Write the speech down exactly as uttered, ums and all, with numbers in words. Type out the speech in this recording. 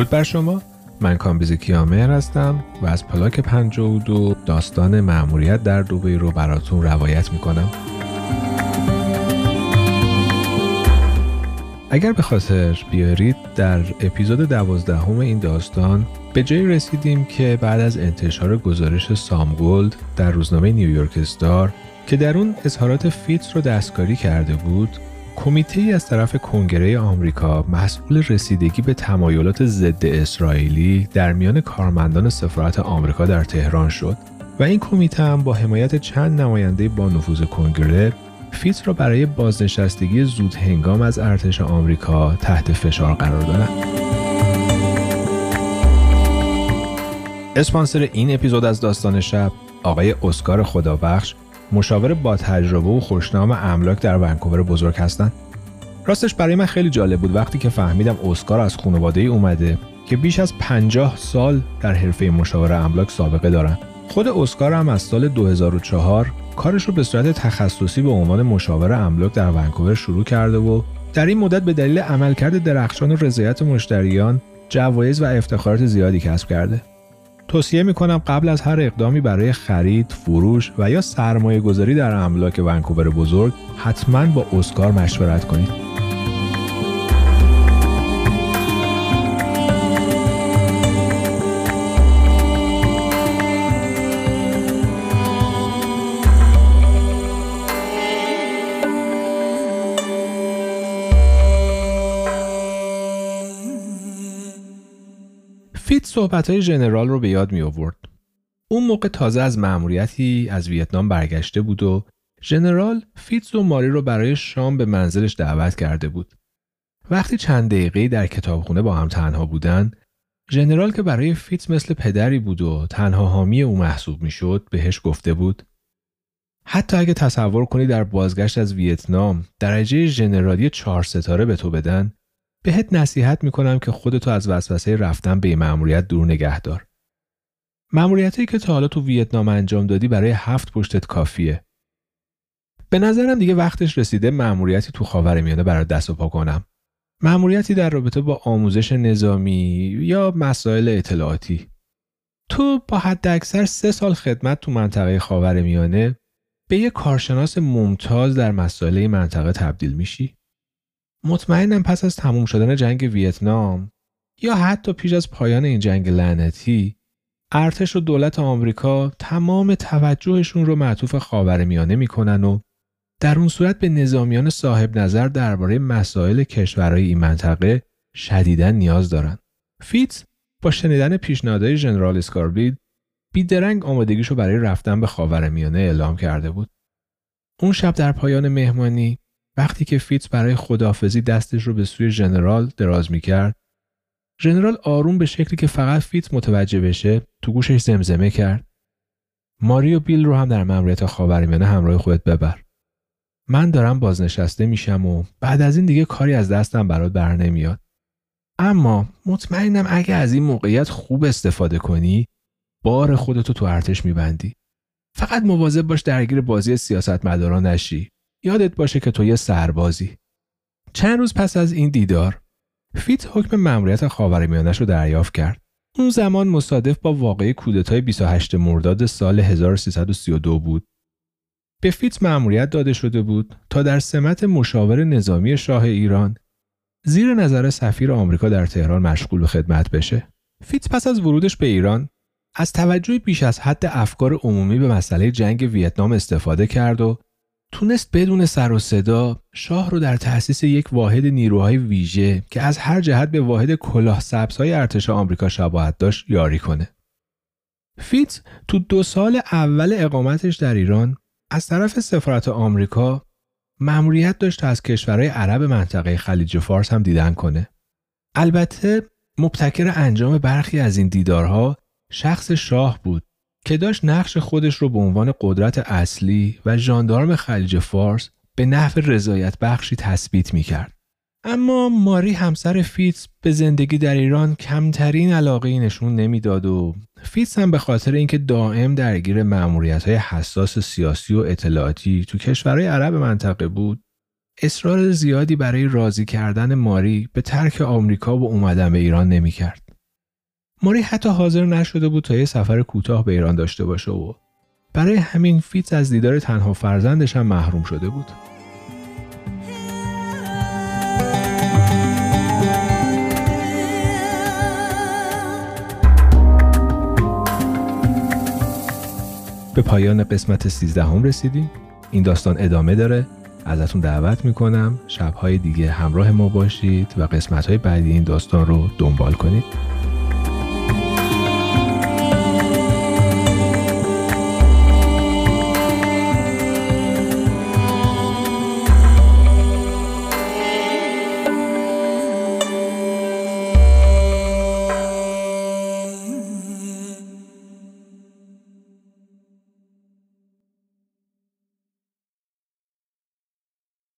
درود بر شما، من کامبیز کیامهر هستم و از پلاک پنجاه و دو داستان مأموریت در دبی رو براتون روایت میکنم. اگر به خاطر بیارید در اپیزود دوازدهم این داستان به جایی رسیدیم که بعد از انتشار گزارش سام گولد در روزنامه نیویورک استار که در اون اظهارات فیتز رو دستکاری کرده بود، کمیته‌ای از طرف کنگره آمریکا مسئول رسیدگی به تمایلات ضد اسرائیلی در میان کارمندان سفارت آمریکا در تهران شد و این کمیته هم با حمایت چند نماینده با نفوذ کنگره فیتز را برای بازنشستگی زود هنگام از ارتش آمریکا تحت فشار قرار دادند. اسپانسر این اپیزود از داستان شب آقای اسکار خدابخش، مشاور با تجربه و خوشنام املاک در ونکوور بزرگ هستند. راستش برای من خیلی جالب بود وقتی که فهمیدم اسکار از خانواده‌ای اومده که بیش از پنجاه سال در حرفه مشاوره املاک سابقه دارن. خود اسکار هم از سال دو هزار و چهار کارش رو به صورت تخصصی به عنوان مشاور املاک در ونکوور شروع کرده و در این مدت به دلیل عملکرد درخشان و رضایت مشتریان جوایز و افتخارات زیادی کسب کرده. توصیه میکنم قبل از هر اقدامی برای خرید، فروش و یا سرمایه گذاری در املاک ونکوور بزرگ حتما با اسکار مشورت کنید. فیتز صحبت‌های ژنرال رو به یاد می آورد. اون موقع تازه از مأموریتی از ویتنام برگشته بود و ژنرال فیتز و ماری رو برای شام به منزلش دعوت کرده بود. وقتی چند دقیقه‌ای در کتابخونه با هم تنها بودن، ژنرال که برای فیتز مثل پدری بود و تنها حامی او محسوب می‌شد، بهش گفته بود: حتی اگه تصور کنی در بازگشت از ویتنام درجه ژنرالی چهار ستاره به تو بدن، بهت نصیحت میکنم که خودتو از وسوسه رفتن به مأموریت دور نگه دار. مأموریتی که تا حالا تو ویتنام انجام دادی برای هفت پشتت کافیه. به نظرم دیگه وقتش رسیده مأموریتی تو خاورمیانه برات دست و پا کنم. مأموریتی در رابطه با آموزش نظامی یا مسائل اطلاعاتی. تو با حد اکثر سه سال خدمت تو منطقه خاورمیانه به یه کارشناس ممتاز در مسائل این منطقه تبدیل میشی. مطمئنم پس از تموم شدن جنگ ویتنام یا حتی پیش از پایان این جنگ لعنتی، ارتش و دولت آمریکا تمام توجهشون رو معطوف خاورمیانه میکنن و در اون صورت به نظامیان صاحب نظر درباره مسائل کشورهای این منطقه شدیداً نیاز دارن. فیتز با شنیدن پیشنهادهای ژنرال اسکاربید بیدرنگ آمادگیشو برای رفتن به خاورمیانه اعلام کرده بود. اون شب در پایان مهمانی، وقتی که فیتز برای خداحافظی دستش رو به سوی ژنرال دراز می‌کرد، ژنرال آروم به شکلی که فقط فیتز متوجه بشه تو گوشش زمزمه کرد: ماری و بیل رو هم در مأموریت خاورمیانه همراه خودت ببر. من دارم بازنشسته میشم و بعد از این دیگه کاری از دستم برات بر نمیاد. اما مطمئنم اگه از این موقعیت خوب استفاده کنی، بار خودتو تو ارتش میبندی. فقط مواظب باش درگیر بازی سیاستمداران نشی. یادت باشه که تو یه سربازی. چند روز پس از این دیدار، فیتز حکم مأموریت خاورمیانه رو دریافت کرد. اون زمان مصادف با واقعه کودتای بیست و هشتم مرداد سال هزار و سیصد و سی و دو بود. به فیتز مأموریت داده شده بود تا در سمت مشاور نظامی شاه ایران زیر نظر سفیر آمریکا در تهران مشغول به خدمت بشه. فیتز پس از ورودش به ایران از توجه بیش از حد افکار عمومی به مسئله جنگ ویتنام استفاده کرد و تونست بدون سر و صدا شاه رو در تأسیس یک واحد نیروهای ویژه که از هر جهت به واحد کلاه سبزهای ارتش آمریکا شباهت داشت یاری کنه. فیتز تو دو سال اول اقامتش در ایران از طرف سفارت آمریکا مأموریت داشت تا از کشورهای عرب منطقه خلیج فارس هم دیدن کنه. البته مبتکر انجام برخی از این دیدارها شخص شاه بود که داشت نقش خودش رو به عنوان قدرت اصلی و ژاندارم خلیج فارس به نحو رضایت بخشی تثبیت می‌کرد. اما ماری همسر فیتز به زندگی در ایران کمترین علاقه‌ای نشون نمیداد و فیتز هم به خاطر اینکه دائم درگیر مأموریت‌های حساس سیاسی و اطلاعاتی تو کشورهای عرب منطقه بود، اصرار زیادی برای راضی کردن ماری به ترک آمریکا و اومدن به ایران نمی‌کرد. ماری حتی حاضر نشده بود تا یه سفر کوتاه به ایران داشته باشه و برای همین فیتز از دیدار تنها فرزندش هم محروم شده بود. به پایان قسمت سیزدهم رسیدیم. این داستان ادامه داره. ازتون دعوت میکنم شبهای دیگه همراه ما باشید و قسمت‌های بعدی این داستان رو دنبال کنید.